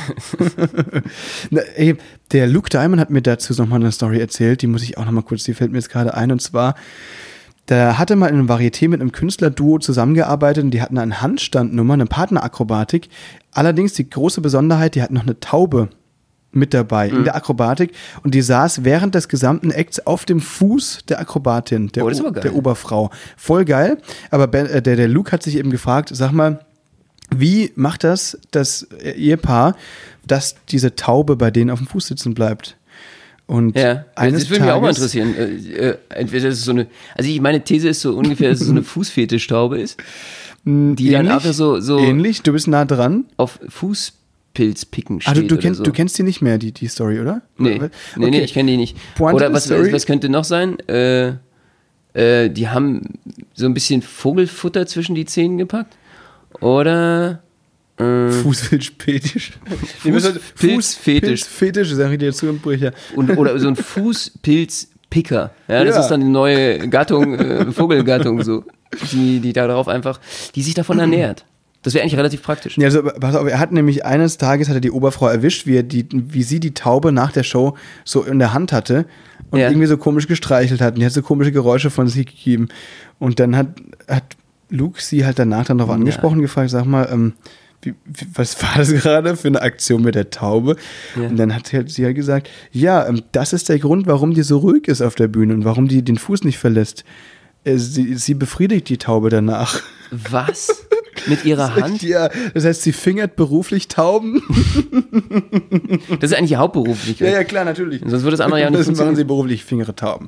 Na, ey, der Luke Diamond hat mir dazu nochmal eine Story erzählt, die muss ich auch nochmal kurz, die fällt mir jetzt gerade ein, und zwar, der hatte mal in einem Varieté mit einem Künstlerduo zusammengearbeitet und die hatten eine Handstandnummer, eine Partnerakrobatik. Allerdings die große Besonderheit, die hatten noch eine Taube mit dabei in der Akrobatik und die saß während des gesamten Acts auf dem Fuß der Akrobatin, der, Oh, das ist aber O- geil. der Oberfrau. Voll geil, aber ben, äh, der, der Luke hat sich eben gefragt, sag mal, wie macht das das Ehepaar, dass diese Taube bei denen auf dem Fuß sitzen bleibt? Und Ja, eines das würde mich auch mal Tages- interessieren. Äh, äh, entweder das ist so eine, also ich, meine These ist so ungefähr, dass es so eine Fußfetischtaube ist, die dann einfach so, so Ähnlich, du bist nah dran. auf Fußpilzpicken steht. Ah, du, du, oder kennst, so. du kennst die nicht mehr, die, die Story, oder? Nee, Okay. nee, nee, ich kenne die nicht. Pointe Oder der was, Story- was könnte noch sein? Äh, äh, die haben so ein bisschen Vogelfutter zwischen die Zähne gepackt. Oder äh, Fußpilzfetisch. Fußpilzfetisch. Fußpilzfetisch, ist ein richtiger Zungenbrecher. und, oder so ein Fußpilzpicker. Ja, das Ja. ist dann die neue Gattung, äh, Vogelgattung so. Die, die darauf einfach, die sich davon ernährt. Das wäre eigentlich relativ praktisch. Ja, also, pass auf, er hat nämlich eines Tages hat er die Oberfrau erwischt, wie, er die, wie sie die Taube nach der Show so in der Hand hatte und Ja. irgendwie so komisch gestreichelt hat. Und die hat so komische Geräusche von sich gegeben. Und dann hat, hat Luke sie halt danach dann darauf angesprochen, gefragt, sag mal, ähm, wie, wie, was war das gerade für eine Aktion mit der Taube? Ja. Und dann hat sie halt, sie halt gesagt, ja, ähm, das ist der Grund, warum die so ruhig ist auf der Bühne und warum die den Fuß nicht verlässt. Äh, sie, sie befriedigt die Taube danach. Was? Mit ihrer Hand? Ja, das heißt, sie fingert beruflich Tauben. Das ist eigentlich ihr Hauptberuflich. Ja, ja, klar, natürlich. Sonst würde das andere ja nicht Das machen funktionieren. sie beruflich, fingere Tauben.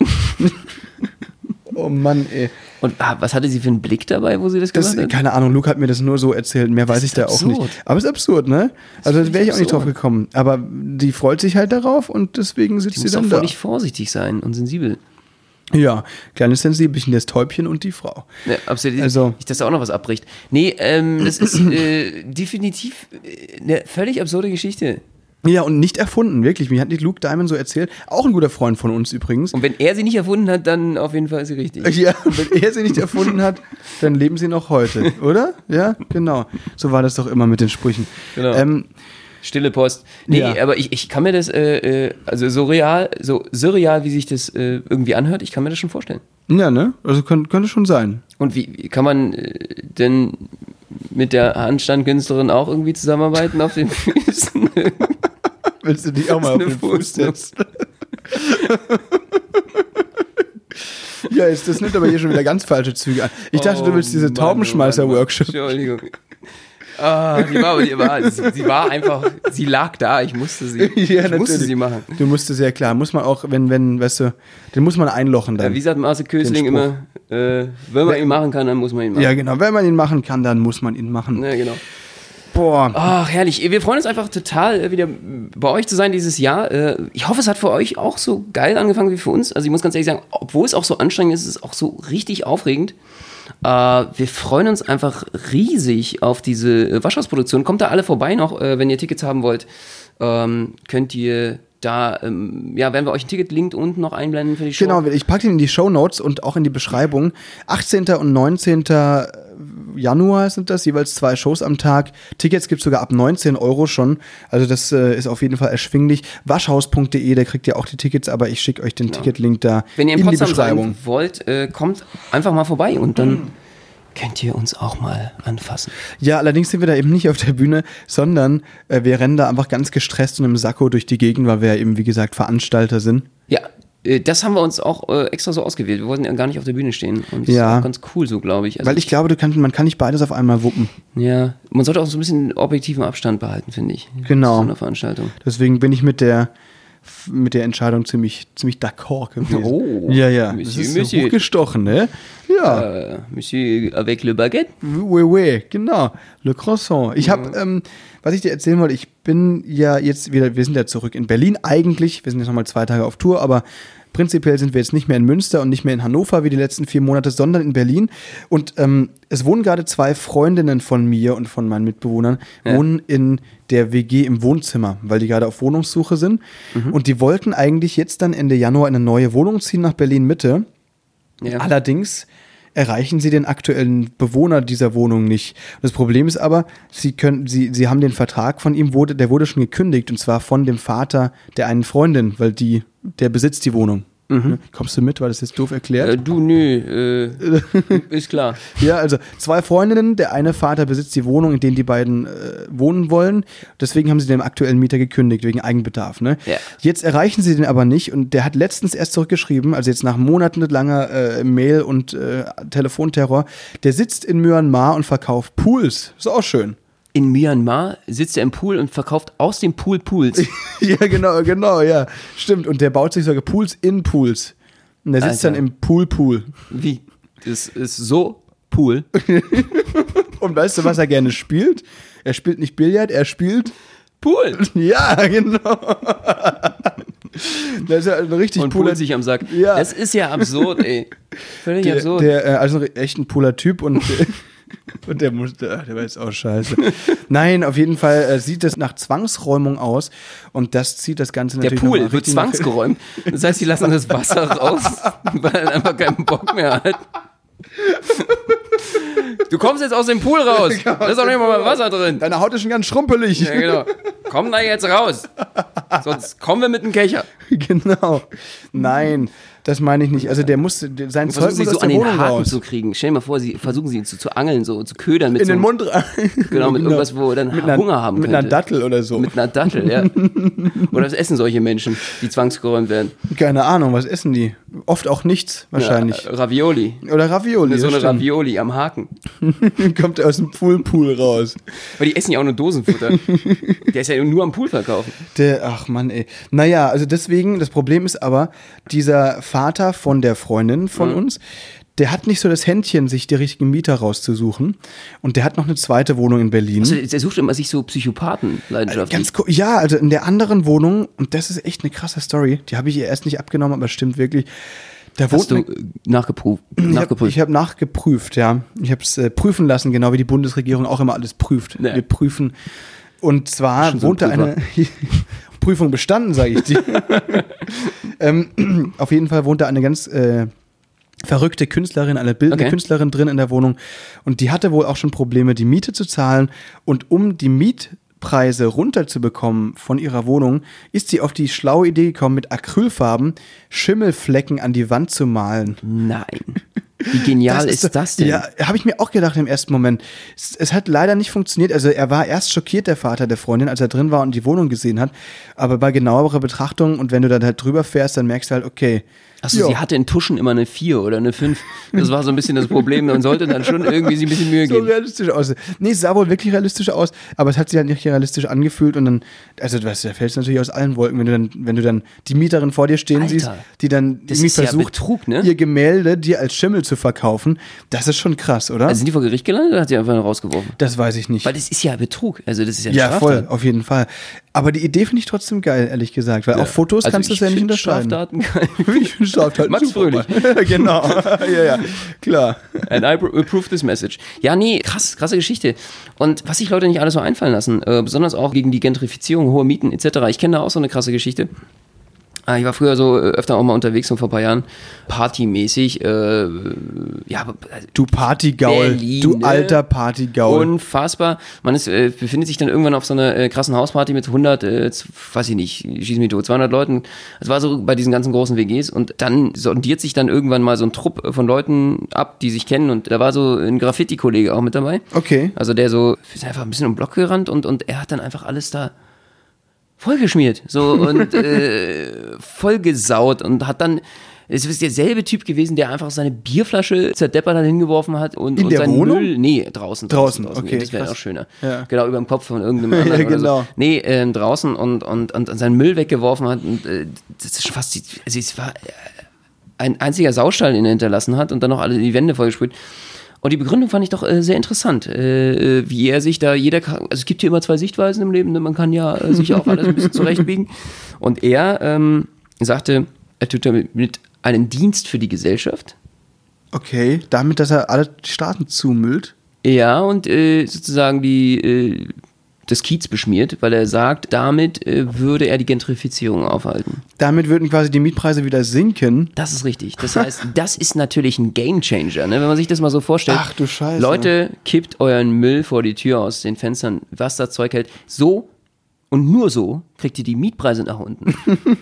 Oh Mann, ey. Und ah, was hatte sie für einen Blick dabei, wo sie das, Das, gemacht hat? keine Ahnung, Luke hat mir das nur so erzählt, mehr weiß ist ich da absurd. auch nicht. Aber es ist absurd, ne? Also da finde wäre ich ich auch nicht drauf absurd. gekommen. Aber die freut sich halt darauf und deswegen sitzt Die sie muss doch dann da. völlig vorsichtig sein und sensibel. Ja, kleines Sensibelchen, das Täubchen und die Frau. Ja, absolut. Also- Nicht, dass da auch noch was abbricht. Nee, ähm, das ist äh, definitiv äh, eine völlig absurde Geschichte. Ja, und nicht erfunden, wirklich. Mir hat nicht Luke Diamond so erzählt. Auch ein guter Freund von uns übrigens. Und wenn er sie nicht erfunden hat, dann auf jeden Fall ist sie richtig. Ja, und wenn er sie nicht erfunden hat, dann leben sie noch heute, oder? Ja, genau. So war das doch immer mit den Sprüchen. Genau. Ähm, Stille Post. Nee, Ja. aber ich, ich kann mir das, äh, äh, also so real, so surreal, wie sich das äh, irgendwie anhört, ich kann mir das schon vorstellen. ja, ne? Also könnte, könnte schon sein. Und wie, wie kann man äh, denn mit der Handstandkünstlerin auch irgendwie zusammenarbeiten auf den Füßen? Willst du die auch mal auf eine den Fuß Fußnote. setzen? Ja, jetzt, das nimmt aber hier schon wieder ganz falsche Züge an. Ich dachte, du willst diese Oh Mann, Taubenschmeißer-Workshop. oh Mann, Mann. Entschuldigung. Ah, die war, die war, sie, sie war einfach, sie lag da, ich musste sie, Ja, ich musste natürlich. sie machen. Du musstest ja klar, muss man auch, wenn, wenn, weißt du, den muss man einlochen Ja, dann. wie sagt Marcel Kösling Den immer, äh, wenn man ihn machen kann, dann muss man ihn machen. Ja, genau, wenn man ihn machen kann, dann muss man ihn machen. Ja, genau. Boah. Ach, herrlich. Wir freuen uns einfach total, äh, wieder bei euch zu sein dieses Jahr. Äh, Ich hoffe, es hat für euch auch so geil angefangen wie für uns. Also ich muss ganz ehrlich sagen, obwohl es auch so anstrengend ist, ist es auch so richtig aufregend. Äh, Wir freuen uns einfach riesig auf diese äh, Waschhausproduktion. Kommt da alle vorbei noch, äh, wenn ihr Tickets haben wollt. Ähm, Könnt ihr da, ähm, ja, werden wir euch einen Ticket-Link unten noch einblenden für die Show. Genau, ich packe den in die Shownotes und auch in die Beschreibung. achtzehnten und neunzehnten Januar sind das, jeweils zwei Shows am Tag. Tickets gibt es sogar ab neunzehn Euro schon. Also das äh, ist auf jeden Fall erschwinglich. Waschhaus punkt de, da kriegt ihr auch die Tickets, aber ich schicke euch den genau. Ticketlink da Wenn ihr in, in Potsdam die Beschreibung. sein wollt, äh, kommt einfach mal vorbei und dann mhm. könnt ihr uns auch mal anfassen. Ja, allerdings sind wir da eben nicht auf der Bühne, sondern äh, wir rennen da einfach ganz gestresst und im Sakko durch die Gegend, weil wir ja eben, wie gesagt, Veranstalter sind. Ja, das haben wir uns auch äh, extra so ausgewählt. Wir wollten ja gar nicht auf der Bühne stehen. Und das ja. ist auch ganz cool so, glaube ich. Also Weil ich glaube, du kann, man kann nicht beides auf einmal wuppen. Ja, man sollte auch so ein bisschen objektiven Abstand behalten, finde ich. Genau. Zu so einer Veranstaltung. Deswegen bin ich mit der, mit der Entscheidung ziemlich, ziemlich d'accord gewesen. Oh, ja, ja. Monsieur, das ist Monsieur. hochgestochen, ne? Ja. Äh, Monsieur avec le baguette. Oui, oui, genau. Le croissant. Ich habe, ähm, was ich dir erzählen wollte, ich bin ja jetzt wieder, wir sind ja zurück in Berlin eigentlich. Wir sind jetzt nochmal zwei Tage auf Tour, aber prinzipiell sind wir jetzt nicht mehr in Münster und nicht mehr in Hannover wie die letzten vier Monate, sondern in Berlin. Und ähm, es wohnen gerade zwei Freundinnen von mir und von meinen Mitbewohnern, ja. wohnen in der W G im Wohnzimmer, weil die gerade auf Wohnungssuche sind. Mhm. Und die wollten eigentlich jetzt dann Ende Januar in eine neue Wohnung ziehen nach Berlin-Mitte. Ja. Allerdings erreichen sie den aktuellen Bewohner dieser Wohnung nicht. Das Problem ist aber, sie können, sie, sie haben den Vertrag von ihm, wurde, der wurde schon gekündigt, und zwar von dem Vater der einen Freundin, weil die, der besitzt die Wohnung. Mhm. Kommst du mit? War das jetzt doof erklärt? Äh, du, nö, äh, ist klar. Ja, also zwei Freundinnen, der eine Vater besitzt die Wohnung, in der die beiden äh, wohnen wollen. Deswegen haben sie dem aktuellen Mieter gekündigt, wegen Eigenbedarf. Ne? Ja. Jetzt erreichen sie den aber nicht, und der hat letztens erst zurückgeschrieben, also jetzt nach monatelanger äh, Mail- und äh, Telefonterror, der sitzt in Myanmar und verkauft Pools. Ist auch schön. In Myanmar sitzt er im Pool und verkauft aus dem Pool Pools. Ja, genau, genau, ja. Stimmt. Und der baut sich sogar Pools in Pools. Und der sitzt Alter. dann im Pool-Pool. Wie? Das ist so Pool. Und weißt du, was er gerne spielt? Er spielt nicht Billard, er spielt Pool. Ja, genau. Das ist ja ein richtig und cooler. Pool sich am Sack. Ja. Das ist ja absurd, ey. Völlig der, absurd. Der, also echt ein cooler Typ und Und der musste, ach, der war jetzt auch scheiße. Nein, auf jeden Fall äh, sieht das nach Zwangsräumung aus, und das zieht das Ganze natürlich. Der Pool wird zwangsgeräumt. Das heißt, sie lassen das Wasser raus, weil er einfach keinen Bock mehr hat. Du kommst jetzt aus dem Pool raus. Da ist doch nicht mal Wasser drin. Deine Haut ist schon ganz schrumpelig. Ja, genau. Komm da jetzt raus. Sonst kommen wir mit dem Kecher. Genau. Nein, das meine ich nicht. Also der muss sein Zeug sie muss so aus an der den Wohnung Haken raus. zu kriegen. Stell dir mal vor, sie versuchen sie ihn zu, zu angeln, so zu ködern mit in so den Mund rein. Genau, mit genau. irgendwas, wo er dann mit Hunger einer, haben mit könnte. Mit einer Dattel oder so. Mit einer Dattel, ja. Oder was essen solche Menschen, die zwangsgeräumt werden? Keine Ahnung, was essen die? Oft auch nichts, wahrscheinlich. Ja, Ravioli. Oder Ravioli. So eine stimmt. Ravioli am Haken. Kommt aus dem Pool-Pool raus. Weil die essen ja auch nur Dosenfutter. Der ist ja nur am Pool verkaufen. Der, ach Mann, ey. Naja, also deswegen, das Problem ist aber, dieser Vater von der Freundin von mhm. uns, der hat nicht so das Händchen, sich die richtigen Mieter rauszusuchen. Und der hat noch eine zweite Wohnung in Berlin. Also der sucht immer sich so Psychopathen leidenschaftlich. Ganz cool. Ja, also in der anderen Wohnung, und das ist echt eine krasse Story, die habe ich ihr erst nicht abgenommen, aber stimmt wirklich. Da Hast du eine, nachgeprüft? nachgeprüft? Ich habe hab nachgeprüft, ja. Ich habe es äh, prüfen lassen, genau wie die Bundesregierung auch immer alles prüft. Ja. Wir prüfen. Und zwar so wohnte ein eine Prüfung bestanden, sage ich dir. ähm, auf jeden Fall wohnte eine ganz äh, verrückte Künstlerin, eine bildende okay. Künstlerin drin in der Wohnung. Und die hatte wohl auch schon Probleme, die Miete zu zahlen. Und um die Mietpreise runterzubekommen von ihrer Wohnung, ist sie auf die schlaue Idee gekommen, mit Acrylfarben Schimmelflecken an die Wand zu malen. Nein. Wie genial das ist, ist das denn? Ja, habe ich mir auch gedacht im ersten Moment. Es, es hat leider nicht funktioniert. Also er war erst schockiert, der Vater der Freundin, als er drin war und die Wohnung gesehen hat. Aber bei genauerer Betrachtung, und wenn du dann halt drüber fährst, dann merkst du halt, okay. Achso, sie hatte in Tuschen immer eine vier oder eine fünf. Das war so ein bisschen das Problem. Man sollte dann schon irgendwie sich ein bisschen Mühe geben. So realistisch aus. Nee, es sah wohl wirklich realistisch aus, aber es hat sich halt nicht realistisch angefühlt. Und dann, also weißt du, da fällt es natürlich aus allen Wolken, wenn du dann, wenn du dann die Mieterin vor dir stehen Alter, siehst, die dann das ist versucht, ja Betrug, ne? ihr Gemälde dir als Schimmel zu verkaufen. Das ist schon krass, oder? Also sind die vor Gericht gelandet oder hat sie einfach nur rausgeworfen? Das weiß ich nicht. Weil das ist ja Betrug. Also das ist ja ein Ja, Straftat. voll, auf jeden Fall. Aber die Idee finde ich trotzdem geil, ehrlich gesagt. Weil ja. auf Fotos also kannst du es ja nicht unterscheiden. Straftaten geil. Ich finde Straftaten Max Fröhlich. Genau. Ja, ja, klar. And I approve this message. Ja, nee, krass, krasse Geschichte. Und was sich Leute nicht alles so einfallen lassen, äh, besonders auch gegen die Gentrifizierung, hohe Mieten et cetera. Ich kenne da auch so eine krasse Geschichte. Ich war früher so öfter auch mal unterwegs, so vor ein paar Jahren, partymäßig. Äh, ja, du Partygaul, Berlin, du ne? alter Partygaul. Unfassbar. Man ist, äh, befindet sich dann irgendwann auf so einer äh, krassen Hausparty mit hundert, äh, weiß ich nicht, schieß mich tot, zweihundert Leuten. Das war so bei diesen ganzen großen W Gs. Und dann sondiert sich dann irgendwann mal so ein Trupp von Leuten ab, die sich kennen. Und da war so ein Graffiti-Kollege auch mit dabei. Okay. Also der so, ist einfach ein bisschen um den Block gerannt und, und er hat dann einfach alles da vollgeschmiert, so und äh, vollgesaut und hat dann, es ist derselbe Typ gewesen, der einfach seine Bierflasche zerdeppert dann hingeworfen hat und, In und der seinen Wohnung? Müll, nee, draußen. Draußen, draußen okay, das wäre krass. auch schöner. Ja. Genau, über dem Kopf von irgendeinem anderen Ja, genau. oder so. Nee, äh, draußen und, und, und, und seinen Müll weggeworfen hat und äh, das ist schon fast, die, also es war ein einziger Saustall, den er hinterlassen hat und dann noch alle die Wände vollgesprüht. Und die Begründung fand ich doch äh, sehr interessant, äh, wie er sich da, jeder kann, also es gibt hier immer zwei Sichtweisen im Leben, ne? Man kann ja äh, sich auch alles ein bisschen zurechtbiegen. Und er ähm, sagte, er tut damit mit einen Dienst für die Gesellschaft. Okay, damit, dass er alle Straßen zumüllt. Ja, und äh, sozusagen die, äh, das Kiez beschmiert, weil er sagt, damit äh, würde er die Gentrifizierung aufhalten. Damit würden quasi die Mietpreise wieder sinken. Das ist richtig. Das heißt, das ist natürlich ein Gamechanger, ne? Wenn man sich das mal so vorstellt. Ach du Scheiße. Leute, kippt euren Müll vor die Tür aus den Fenstern, was das Zeug hält. So und nur so kriegt ihr die Mietpreise nach unten.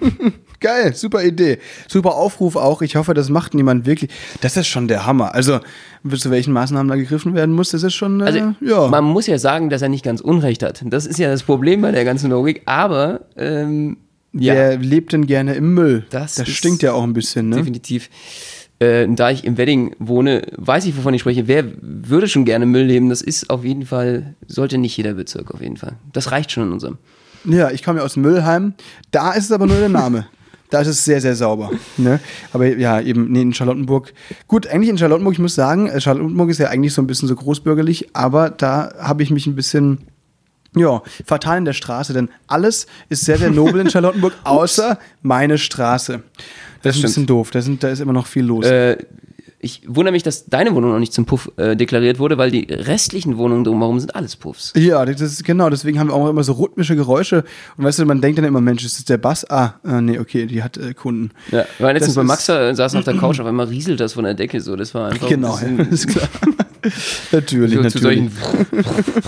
Geil, super Idee. Super Aufruf auch. Ich hoffe, das macht niemand wirklich. Das ist schon der Hammer. Also, zu welchen Maßnahmen da gegriffen werden muss, das ist schon, äh, Also, ja. man muss ja sagen, dass er nicht ganz Unrecht hat. Das ist ja das Problem bei der ganzen Logik. Aber, ähm, ja. Wer lebt denn gerne im Müll? Das das ist stinkt ja auch ein bisschen, ne? Definitiv. Äh, da ich im Wedding wohne, weiß ich, wovon ich spreche. Wer würde schon gerne Müll leben? Das ist auf jeden Fall, sollte nicht jeder Bezirk auf jeden Fall. Das reicht schon in unserem. Ja, ich komme ja aus Müllheim. Da ist es aber nur der Name. Da ist es sehr, sehr sauber. Ne? Aber ja, eben, nee, in Charlottenburg. Gut, eigentlich in Charlottenburg, ich muss sagen, Charlottenburg ist ja eigentlich so ein bisschen so großbürgerlich, aber da habe ich mich ein bisschen, ja, vertan in der Straße, denn alles ist sehr, sehr nobel in Charlottenburg, außer meine Straße. Das, das ist ein bisschen doof, da, sind, da ist immer noch viel los. Äh, ich wundere mich, dass deine Wohnung noch nicht zum Puff äh, deklariert wurde, weil die restlichen Wohnungen drumherum sind alles Puffs. Ja, das ist genau, deswegen haben wir auch immer so rhythmische Geräusche. Und weißt du, man denkt dann immer, Mensch, ist das der Bass? Ah, äh, nee, okay, die hat äh, Kunden. Ja, weil letztens Das bei ist- Max äh, saß auf der Couch, auf einmal rieselt das von der Decke so. Das war einfach. Genau, ein ja, bisschen- ist klar. natürlich, so zu natürlich. solchen.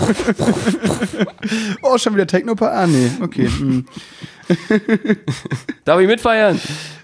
Oh, schon wieder Technopa? Ah, nee, okay. hm. Darf ich mitfeiern?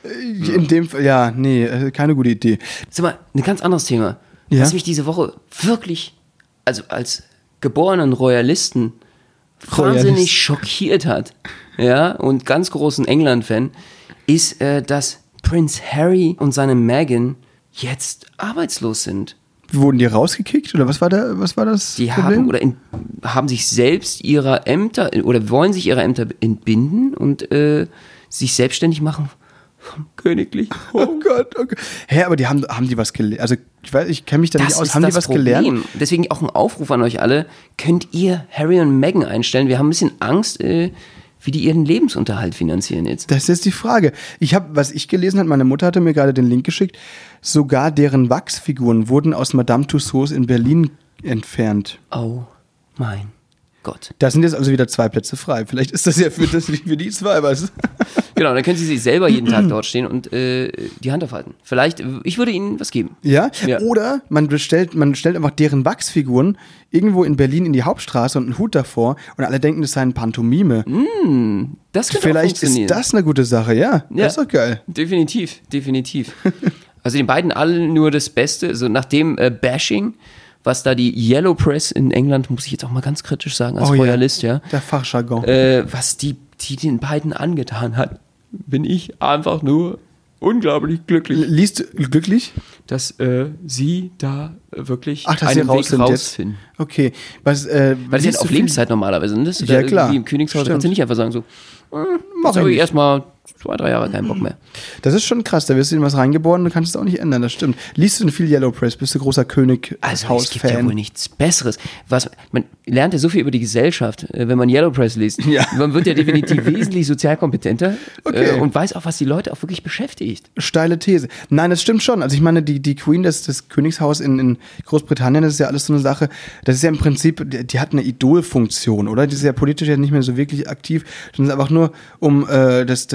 In dem Fall, ja, nee, äh, keine gute Idee. Sag mal, ein ganz anderes Thema. Ja? Was mich diese Woche wirklich, also als geborenen Royalisten, Royalist. wahnsinnig schockiert hat, ja, und ganz großen England-Fan, ist, äh, dass Prince Harry und seine Meghan jetzt arbeitslos sind. Wurden die rausgekickt oder was war da, was war das Die Problem? haben oder in, haben sich selbst ihrer Ämter oder wollen sich ihrer Ämter entbinden und äh, sich selbstständig machen vom königlichen Hof. Oh Gott, oh Gott. Hä, aber die haben, haben die was gelernt? Also, ich weiß, ich kenne mich da nicht aus. ist Haben die das was Problem. gelernt? Deswegen auch ein Aufruf an euch alle. Könnt ihr Harry und Meghan einstellen? Wir haben ein bisschen Angst, äh, wie die ihren Lebensunterhalt finanzieren jetzt. Das ist jetzt die Frage. Ich habe, was ich gelesen habe, meine Mutter hatte mir gerade den Link geschickt, sogar deren Wachsfiguren wurden aus Madame Tussauds in Berlin entfernt. Oh mein Gott. Da sind jetzt also wieder zwei Plätze frei. Vielleicht ist das ja für, das, für die zwei was. Genau, dann können sie sich selber jeden Tag dort stehen und äh, die Hand aufhalten. Vielleicht, ich würde ihnen was geben. Ja? Ja. Oder man bestellt, man stellt einfach deren Wachsfiguren irgendwo in Berlin in die Hauptstraße und einen Hut davor und alle denken, das sei ein Pantomime. Das könnte auch Vielleicht ist funktionieren. das eine gute Sache, ja. Ja. Das ist doch geil. Definitiv, definitiv. Also den beiden allen nur das Beste. So nach dem äh, Bashing, was da die Yellow Press in England, muss ich jetzt auch mal ganz kritisch sagen, als Oh ja. Royalist, ja, Der Fachjargon. äh, was die, die den beiden angetan hat, bin ich einfach nur unglaublich glücklich, Liest du glücklich? dass äh, sie da wirklich Ach, dass sie einen raus Weg sind jetzt. rausfinden. Okay. Was, äh, Weil das ist liest ja auf du viel- Lebenszeit normalerweise. Ne? Das ist Ja, ja klar. Wie im Königshaus Stimmt. kannst du nicht einfach sagen so, Mach jetzt ich habe ich nicht. erstmal zwei, drei Jahre keinen Bock mehr. Das ist schon krass, da wirst du in was reingeboren, du kannst es auch nicht ändern, das stimmt. Liest du denn viel Yellow Press? Bist du großer König Also Haus es gibt ja Fan? wohl nichts Besseres. Was, man lernt ja so viel über die Gesellschaft, äh, wenn man Yellow Press liest. Ja. Man wird ja definitiv wesentlich sozialkompetenter Okay. äh, und weiß auch, was die Leute auch wirklich beschäftigt. Steile These. Nein, das stimmt schon. Also ich meine, die, die Queen, das, das Königshaus in, in Großbritannien, das ist ja alles so eine Sache, das ist ja im Prinzip, die, die hat eine Idolfunktion, oder? Die ist ja politisch ja nicht mehr so wirklich aktiv, sondern ist einfach nur, um äh, das, das, äh,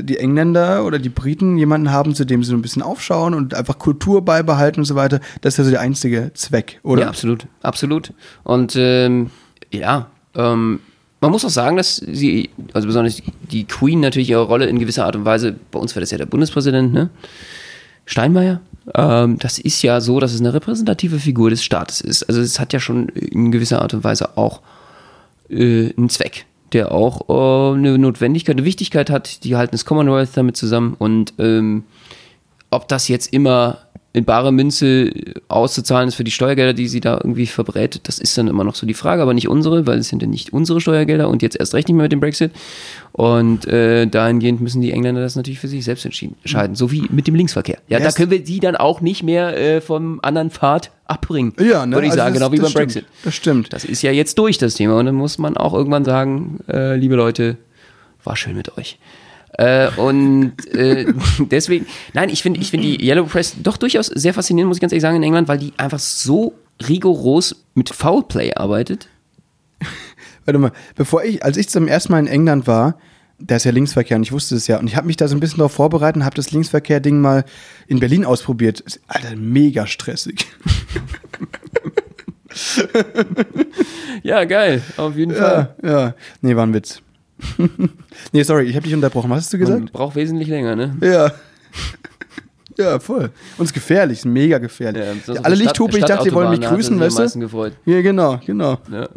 die Engländer oder die Briten jemanden haben, zu dem sie so ein bisschen aufschauen und einfach Kultur beibehalten und so weiter. Das ist ja so der einzige Zweck, oder? Ja, absolut, absolut. Und ähm, ja, ähm, man muss auch sagen, dass sie, also besonders die Queen natürlich ihre Rolle in gewisser Art und Weise, bei uns war das ja der Bundespräsident, ne? Steinmeier. Ähm, das ist ja so, dass es eine repräsentative Figur des Staates ist. Also es hat ja schon in gewisser Art und Weise auch äh, einen Zweck, der auch äh, eine Notwendigkeit, eine Wichtigkeit hat. Die halten das Commonwealth damit zusammen und ähm, ob das jetzt immer in bare Münze auszuzahlen ist für die Steuergelder, die sie da irgendwie verbrät, das ist dann immer noch so die Frage, aber nicht unsere, weil es sind ja nicht unsere Steuergelder und jetzt erst recht nicht mehr mit dem Brexit. Und äh, dahingehend müssen die Engländer das natürlich für sich selbst entscheiden, so wie mit dem Linksverkehr. Ja, yes. Da können wir die dann auch nicht mehr äh, vom anderen Pfad abbringen, ja, ne? würde ich also sagen, das, genau wie beim stimmt. Brexit. Das stimmt. Das ist ja jetzt durch, das Thema. Und dann muss man auch irgendwann sagen, äh, liebe Leute, war schön mit euch. Äh, und äh, deswegen, nein, ich finde ich find die Yellow Press doch durchaus sehr faszinierend, muss ich ganz ehrlich sagen, in England, weil die einfach so rigoros mit Foulplay arbeitet. Warte mal, bevor ich, als ich zum ersten Mal in England war, da ist ja Linksverkehr und ich wusste es ja, und ich habe mich da so ein bisschen darauf vorbereitet und habe das Linksverkehr-Ding mal in Berlin ausprobiert. Alter, mega stressig. Ja, geil, auf jeden Fall. Ja, ja. Nee, war ein Witz. Nee, sorry, ich habe dich unterbrochen. Was hast du gesagt? Man braucht wesentlich länger, ne? Ja. Ja, voll. Und es ist gefährlich, es ist mega gefährlich. Ja, ja, alle Lichthupe, ich dachte, die wollen mich grüßen, weißt du? Am meisten gefreut. Ja, genau, genau. Ja.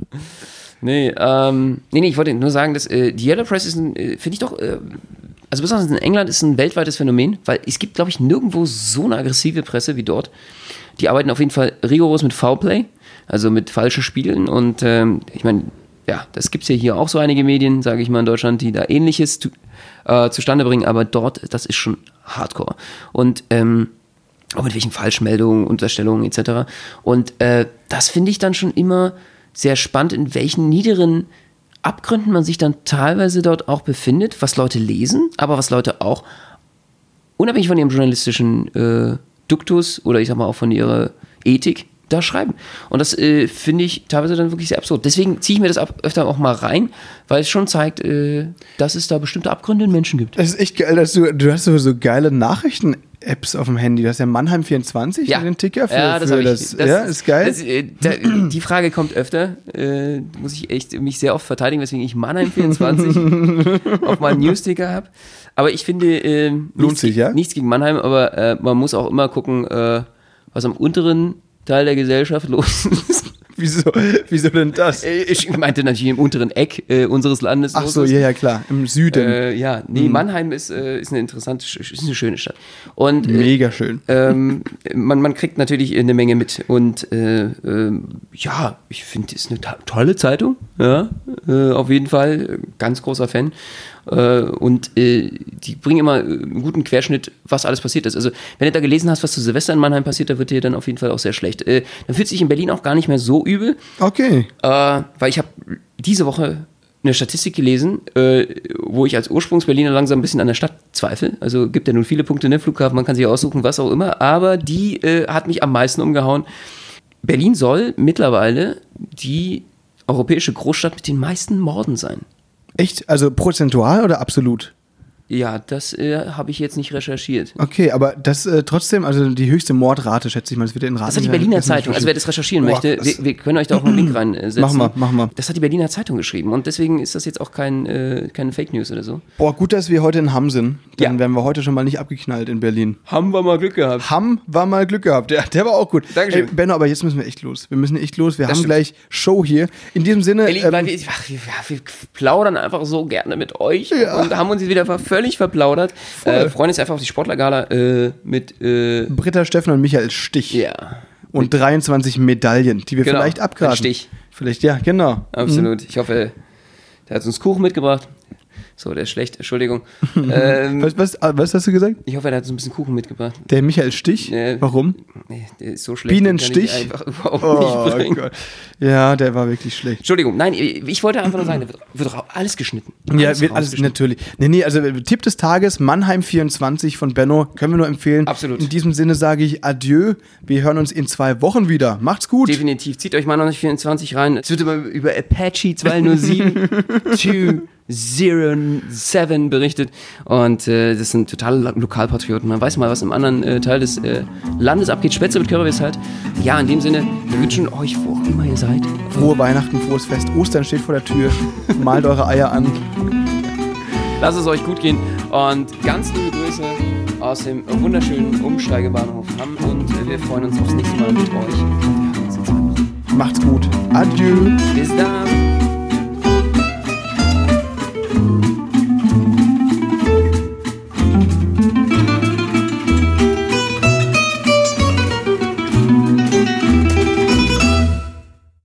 Nee, ähm, nee, nee, ich wollte nur sagen, dass äh, die Yellow Press ist ein, äh, finde ich doch, äh, also besonders in England ist ein weltweites Phänomen, weil es gibt, glaube ich, nirgendwo so eine aggressive Presse wie dort. Die arbeiten auf jeden Fall rigoros mit Foulplay, also mit falschen Spielen und ähm, ich meine, ja, das gibt es ja hier auch so einige Medien, sage ich mal in Deutschland, die da Ähnliches zu, äh, zustande bringen, aber dort, das ist schon Hardcore. Und ähm, auch mit welchen Falschmeldungen, Unterstellungen et cetera. Und äh, das finde ich dann schon immer sehr spannend, in welchen niederen Abgründen man sich dann teilweise dort auch befindet, was Leute lesen, aber was Leute auch unabhängig von ihrem journalistischen äh, Duktus oder ich sag mal auch von ihrer Ethik da schreiben. Und das äh, finde ich teilweise dann wirklich sehr absurd. Deswegen ziehe ich mir das ab, öfter auch mal rein, weil es schon zeigt, äh, dass es da bestimmte Abgründe in Menschen gibt. Das ist echt geil, dass du, du hast so, so geile Nachrichten-Apps auf dem Handy. Du hast ja Mannheim vierundzwanzig, ja. Den Ticker für, ja, das für ich. das. das. Ja, ist geil. Das, äh, da, die Frage kommt öfter. Äh, muss ich echt mich sehr oft verteidigen, weswegen ich Mannheim vierundzwanzig auf meinem News-Ticker habe. Aber ich finde, äh, lohnt nichts, sich, ja? Nichts gegen Mannheim, aber äh, man muss auch immer gucken, äh, was am unteren Teil der Gesellschaft los ist. Wieso, wieso denn das? Ich meinte natürlich im unteren Eck äh, unseres Landes. Ach so, ja, ja, klar, im Süden. Äh, ja, nee, hm. Mannheim ist, äh, ist eine interessante, ist eine schöne Stadt. Und, äh, mega schön. Ähm, man, man kriegt natürlich eine Menge mit. Und äh, äh, ja, ich finde, es ist eine to- tolle Zeitung. Ja, äh, auf jeden Fall. Ganz großer Fan. Äh, und äh, die bringen immer einen guten Querschnitt, was alles passiert ist. Also, wenn du da gelesen hast, was zu Silvester in Mannheim passiert, da wird dir dann auf jeden Fall auch sehr schlecht. Äh, dann fühlt sich in Berlin auch gar nicht mehr so übel. Okay. Äh, weil ich habe diese Woche eine Statistik gelesen, äh, wo ich als Ursprungs-Berliner langsam ein bisschen an der Stadt zweifle. Also gibt ja nun viele Punkte, ne? Flughafen, man kann sich aussuchen, was auch immer. Aber die äh, hat mich am meisten umgehauen. Berlin soll mittlerweile die europäische Großstadt mit den meisten Morden sein. Echt? Also prozentual oder absolut? Ja, das äh, habe ich jetzt nicht recherchiert. Okay, aber das äh, trotzdem, also die höchste Mordrate, schätze ich mal, das wird in Raten. Das hat die Berliner Zeitung, also wer das recherchieren Boah, möchte, das wir, wir können euch da auch einen Link reinsetzen. Mach mal, mach mal. Das hat die Berliner Zeitung geschrieben und deswegen ist das jetzt auch kein, äh, keine Fake News oder so. Boah, gut, dass wir heute in Hamm sind. Dann Ja. werden wir heute schon mal nicht abgeknallt in Berlin. Haben wir mal Glück gehabt. Hamm war mal Glück gehabt. Der, der war auch gut. Dankeschön. Ey, Benno, aber jetzt müssen wir echt los. Wir müssen echt los. Wir Das haben stimmt. gleich Show hier. In diesem Sinne. Elli, ähm, weil wir, ach, wir, wir plaudern einfach so gerne mit euch Ja. und haben uns jetzt wieder völlig verplaudert. Äh, freuen uns einfach auf die Sportlergala äh, mit äh, Britta, Steffen und Michael Stich. ja, Und dreiundzwanzig Medaillen, die wir Genau, vielleicht abgrasen. ein Stich. Vielleicht, ja, genau. absolut. Ich hoffe, der hat uns Kuchen mitgebracht. So, der ist schlecht, Entschuldigung. ähm, Was, was, was hast du gesagt? ich hoffe, der hat uns ein bisschen Kuchen mitgebracht. Der Michael Stich? Nee. Warum? Nee, der ist so schlecht. Bienenstich? Den kann ich einfach überhaupt Oh nicht bringen. Gott. Ja, der war wirklich schlecht. Entschuldigung, nein, ich wollte einfach nur sagen, da wird, wird auch alles geschnitten. Ja, wird alles rausgeschnitten. natürlich. Nee, nee, also Tipp des Tages, Mannheim vierundzwanzig von Benno, können wir nur empfehlen. Absolut. In diesem Sinne sage ich Adieu. Wir hören uns in zwei Wochen wieder. Macht's gut. Definitiv. Zieht euch mal noch nicht vierundzwanzig rein. Es wird immer über Apache zweihundertsieben. Tschüss. Zero Seven berichtet und äh, das sind totale Lokalpatrioten. Man weiß mal, was im anderen äh, Teil des äh, Landes abgeht. Spätzle mit Currywurst halt. Ja, in dem Sinne, wir wünschen euch, wo auch immer ihr seid. Frohe Weihnachten, frohes Fest. Ostern steht vor der Tür. Malt eure Eier an. Lasst es euch gut gehen und ganz liebe Grüße aus dem wunderschönen Umsteigebahnhof Hamm und äh, wir freuen uns aufs nächste Mal mit euch. Macht's gut. Adieu. Bis dann.